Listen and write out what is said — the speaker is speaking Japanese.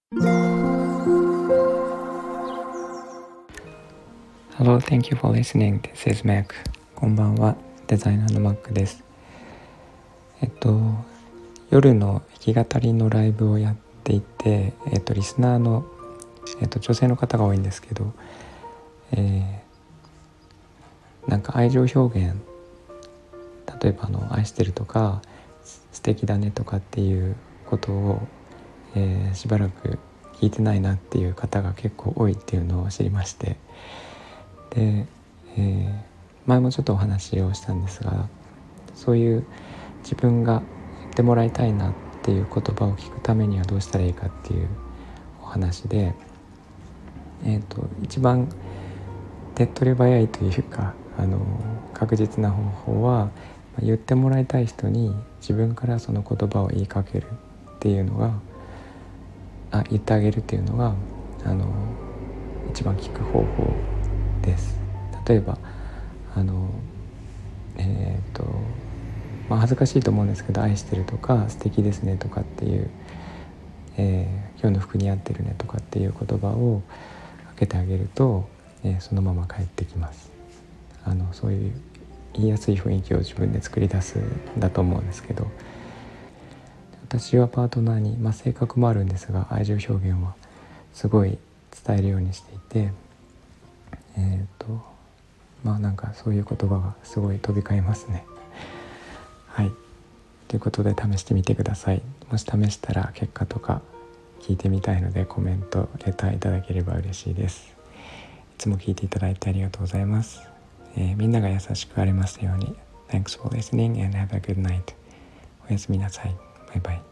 Hello, thank you for listening. This is Mac. こんばんは、デザイナーの Mac です。夜の弾き語りのライブをやっていて、リスナーの、女性の方が多いんですけど、なんか愛情表現、例えば愛してるとか素敵だねとかっていうことを、しばらく聞いてないなっていう方が結構多いっていうのを知りまして、で、前もちょっとお話をしたんですが、そういう自分が言ってもらいたいなっていう言葉を聞くためにはどうしたらいいかっていうお話で、一番手っ取り早いというか確実な方法は、言ってもらいたい人に自分からその言葉を言いかけるっていうのが言ってあげるっていうのが一番効く方法です。例えば恥ずかしいと思うんですけど、愛してるとか素敵ですねとかっていう、今日の服に合ってるねとかっていう言葉をかけてあげると、そのまま返ってきます。そういう言いやすい雰囲気を自分で作り出すんだと思うんですけど、私はパートナーに、性格もあるんですが、愛情表現はすごい伝えるようにしていて、なんかそういう言葉がすごい飛び交いますね。はい、ということで試してみてください。もし試したら結果とか聞いてみたいので、コメントレターいただければ嬉しいです。いつも聞いていただいてありがとうございます。みんなが優しくありますように。 Thanks for listening and have a good night. おやすみなさい。バイバイ。